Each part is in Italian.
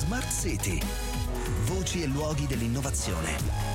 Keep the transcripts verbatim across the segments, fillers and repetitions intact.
Smart City. Voci e luoghi dell'innovazione.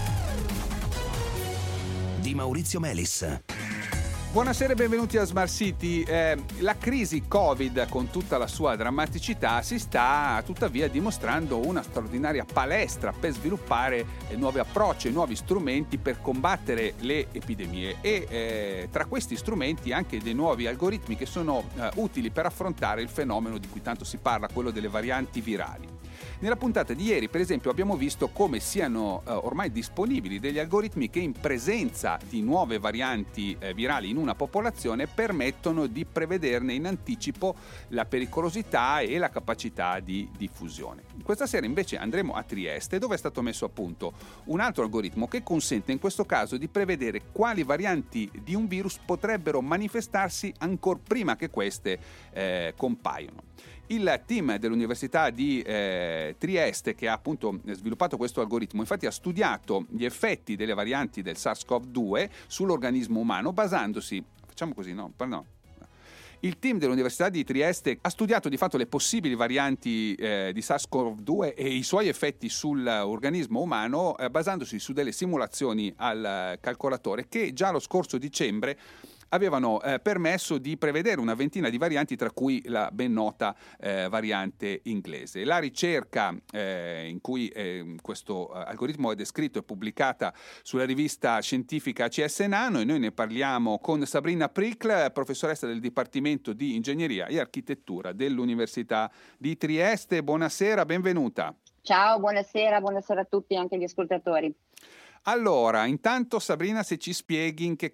Di Maurizio Melis. Buonasera e benvenuti a Smart City. Eh, la crisi Covid, con tutta la sua drammaticità, si sta tuttavia dimostrando una straordinaria palestra per sviluppare eh, nuovi approcci e nuovi strumenti per combattere le epidemie e eh, tra questi strumenti anche dei nuovi algoritmi che sono eh, utili per affrontare il fenomeno di cui tanto si parla, quello delle varianti virali. Nella puntata di ieri, per esempio, abbiamo visto come siano eh, ormai disponibili degli algoritmi che in presenza di nuove varianti eh, virali in una popolazione permettono di prevederne in anticipo la pericolosità e la capacità di diffusione. Questa sera invece andremo a Trieste, dove è stato messo a punto un altro algoritmo che consente in questo caso di prevedere quali varianti di un virus potrebbero manifestarsi ancor prima che queste eh, compaiono. Il team dell'Università di eh, Trieste, che ha appunto sviluppato questo algoritmo, infatti ha studiato gli effetti delle varianti del SARS-CoV due sull'organismo umano basandosi, facciamo così, no? no. Il team dell'Università di Trieste ha studiato di fatto le possibili varianti eh, di SARS-CoV due e i suoi effetti sull'organismo umano eh, basandosi su delle simulazioni al calcolatore che già lo scorso dicembre avevano eh, permesso di prevedere una ventina di varianti, tra cui la ben nota eh, variante inglese. La ricerca eh, in cui eh, questo algoritmo è descritto è pubblicata sulla rivista scientifica A C S Nano e noi ne parliamo con Sabrina Prickl, professoressa del Dipartimento di Ingegneria e Architettura dell'Università di Trieste. Buonasera, benvenuta. Ciao, buonasera, buonasera a tutti e anche agli ascoltatori. Allora, intanto Sabrina, se ci spieghi in che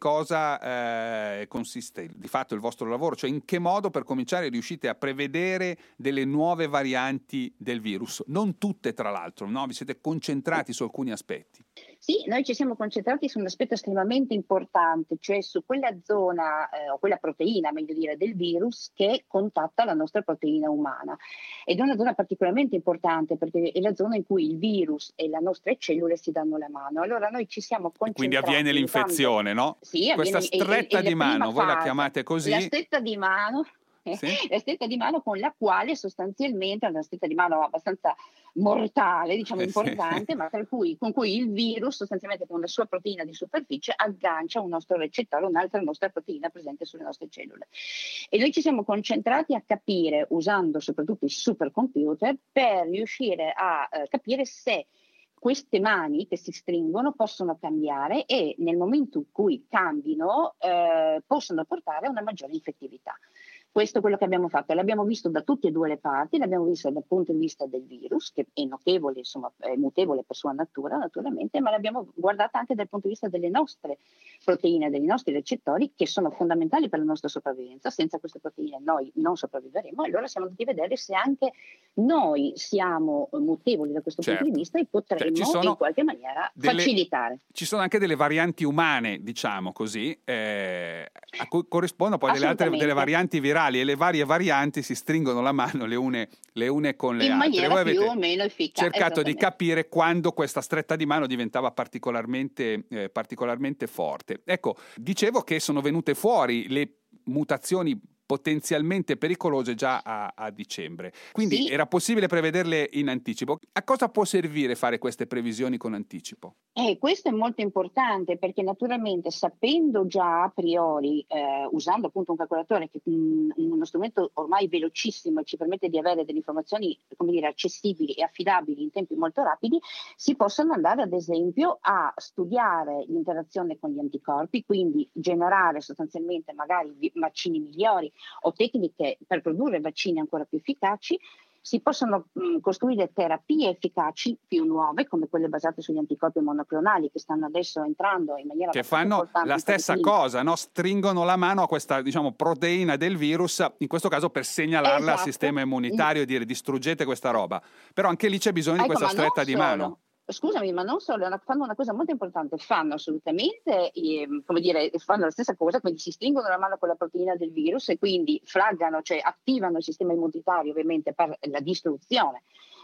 cosa eh, consiste di fatto il vostro lavoro, cioè in che modo per cominciare riuscite a prevedere delle nuove varianti del virus, non tutte tra l'altro, no? Vi siete concentrati su alcuni aspetti. Sì, noi ci siamo concentrati su un aspetto estremamente importante, cioè su quella zona eh, o quella proteina, meglio dire, del virus che contatta la nostra proteina umana. Ed è una zona particolarmente importante perché è la zona in cui il virus e le nostre cellule si danno la mano. Allora noi ci siamo concentrati. Quindi avviene l'infezione, usando... no? Sì, questa avviene, stretta è, è, è di mano, fase, voi la chiamate così? La stretta di mano. Sì. La stretta di mano con la quale sostanzialmente è una stretta di mano abbastanza mortale, diciamo importante, sì. ma per cui, con cui il virus sostanzialmente con la sua proteina di superficie aggancia un nostro recettore, un'altra nostra proteina presente sulle nostre cellule. E noi ci siamo concentrati a capire, usando soprattutto i supercomputer, per riuscire a eh, capire se queste mani che si stringono possono cambiare e nel momento in cui cambino eh, possono portare a una maggiore infettività. Questo è quello che abbiamo fatto, l'abbiamo visto da tutte e due le parti, l'abbiamo visto dal punto di vista del virus, che è notevole, insomma, è mutevole per sua natura naturalmente, ma l'abbiamo guardata anche dal punto di vista delle nostre proteine, dei nostri recettori, che sono fondamentali per la nostra sopravvivenza. Senza queste proteine noi non sopravviveremo, e allora siamo andati a vedere se anche noi siamo mutevoli da questo certo. punto di vista e potremmo cioè, in qualche maniera delle, facilitare. Ci sono anche delle varianti umane, diciamo così, eh, a cui corrispondono poi delle altre delle varianti virali, e le varie varianti si stringono la mano le une, le une con le in altre. maniera Voi più o meno efficace. Cercato di capire quando questa stretta di mano diventava particolarmente, eh, particolarmente forte. Ecco, dicevo che sono venute fuori le mutazioni potenzialmente pericolose già a, a dicembre. Quindi sì. Era possibile prevederle in anticipo. A cosa può servire fare queste previsioni con anticipo? Eh, questo è molto importante perché naturalmente sapendo già a priori, eh, usando appunto un calcolatore che è uno strumento ormai velocissimo e ci permette di avere delle informazioni, come dire, accessibili e affidabili in tempi molto rapidi, si possono andare ad esempio a studiare l'interazione con gli anticorpi, quindi generare sostanzialmente magari vaccini migliori o tecniche per produrre vaccini ancora più efficaci. Si possono mh, costruire terapie efficaci più nuove, come quelle basate sugli anticorpi monoclonali che stanno adesso entrando in maniera che fanno la stessa cosa, no? Stringono la mano a questa, diciamo, proteina del virus, in questo caso per segnalarla esatto. al sistema immunitario e dire distruggete questa roba. Però anche lì c'è bisogno ecco, di questa stretta di mano. Scusami, ma non solo, fanno una cosa molto importante, fanno assolutamente, eh, come dire, fanno la stessa cosa, quindi si stringono la mano con la proteina del virus e quindi flaggano, cioè attivano il sistema immunitario ovviamente per la distruzione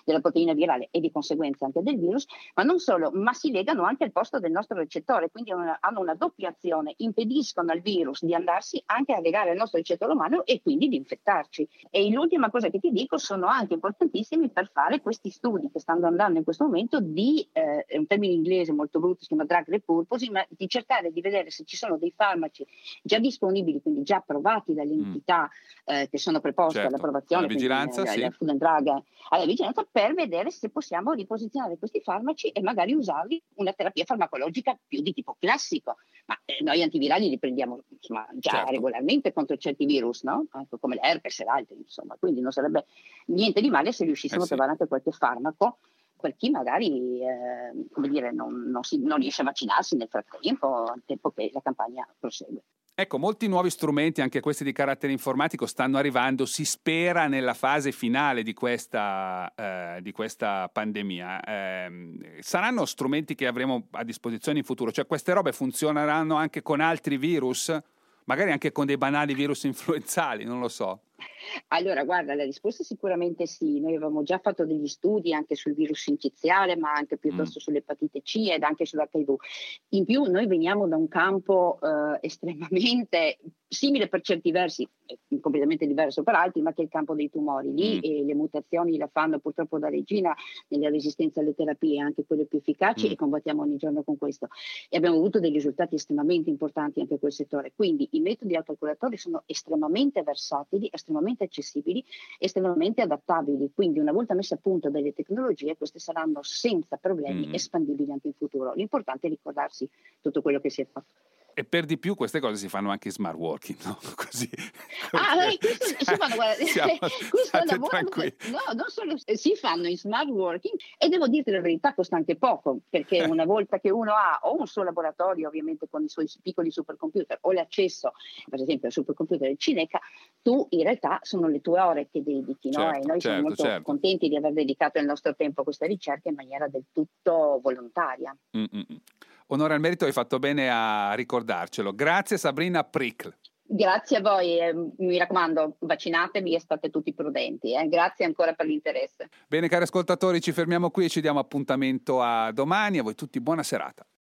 della proteina virale e di conseguenza anche del virus, ma non solo, ma si legano anche al posto del nostro recettore, quindi una, hanno una doppia azione, impediscono al virus di andarsi anche a legare al nostro recettore umano e quindi di infettarci. E l'ultima cosa che ti dico, sono anche importantissimi per fare questi studi che stanno andando in questo momento di, eh, è un termine inglese molto brutto, si chiama drug repurposing, ma di cercare di vedere se ci sono dei farmaci già disponibili, quindi già approvati dalle entità mm. eh, che sono preposte certo. all'approvazione, alla vigilanza, quindi, sì. alla Food and Drug, alla vigilanza, per vedere se possiamo riposizionare questi farmaci e magari usarli una terapia farmacologica più di tipo classico. Ma eh, noi antivirali li prendiamo insomma, già certo. regolarmente contro certi virus, no? Anche come l'herpes e altri, insomma. Quindi non sarebbe niente di male se riuscissimo eh sì. a trovare anche qualche farmaco per chi magari eh, come dire, non, non, si, non riesce a vaccinarsi nel frattempo, al tempo che la campagna prosegue. Ecco, molti nuovi strumenti, anche questi di carattere informatico, stanno arrivando, si spera, nella fase finale di questa, eh, di questa pandemia. Eh, saranno strumenti che avremo a disposizione in futuro? Cioè queste robe funzioneranno anche con altri virus? Magari anche con dei banali virus influenzali, non lo so. Allora, guarda, la risposta è sicuramente sì. Noi avevamo già fatto degli studi anche sul virus sinciziale, ma anche piuttosto mm. sull'epatite C ed anche sull'H I V. In più, noi veniamo da un campo eh, estremamente simile per certi versi, completamente diverso per altri, ma che è il campo dei tumori. Lì mm. e le mutazioni la fanno purtroppo da regina nella resistenza alle terapie, anche quelle più efficaci, mm. e combattiamo ogni giorno con questo. E abbiamo avuto dei risultati estremamente importanti anche in quel settore. Quindi i metodi autocuratori sono estremamente versatili, estremamente accessibili, estremamente adattabili. Quindi una volta messe a punto delle tecnologie, queste saranno senza problemi mm. espandibili anche in futuro. L'importante è ricordarsi tutto quello che si è fatto. E per di più queste cose si fanno anche in smart working, no? Così. Ah, beh, questo si fanno, guarda, siamo, questo lavoro, no, non solo si fanno in smart working, e devo dirti la verità, costa anche poco, perché una volta che uno ha o un suo laboratorio, ovviamente con i suoi piccoli supercomputer, o l'accesso, per esempio al supercomputer del Cineca, tu in realtà sono le tue ore che dedichi, no? Certo, E noi certo, siamo molto certo. contenti di aver dedicato il nostro tempo a questa ricerca in maniera del tutto volontaria. Mm-mm. Onore al merito, hai fatto bene a ricordarcelo. Grazie Sabrina Prickl. Grazie a voi, eh, mi raccomando, vaccinatevi e state tutti prudenti. Eh. Grazie ancora per l'interesse. Bene cari ascoltatori, ci fermiamo qui e ci diamo appuntamento a domani. A voi tutti buona serata.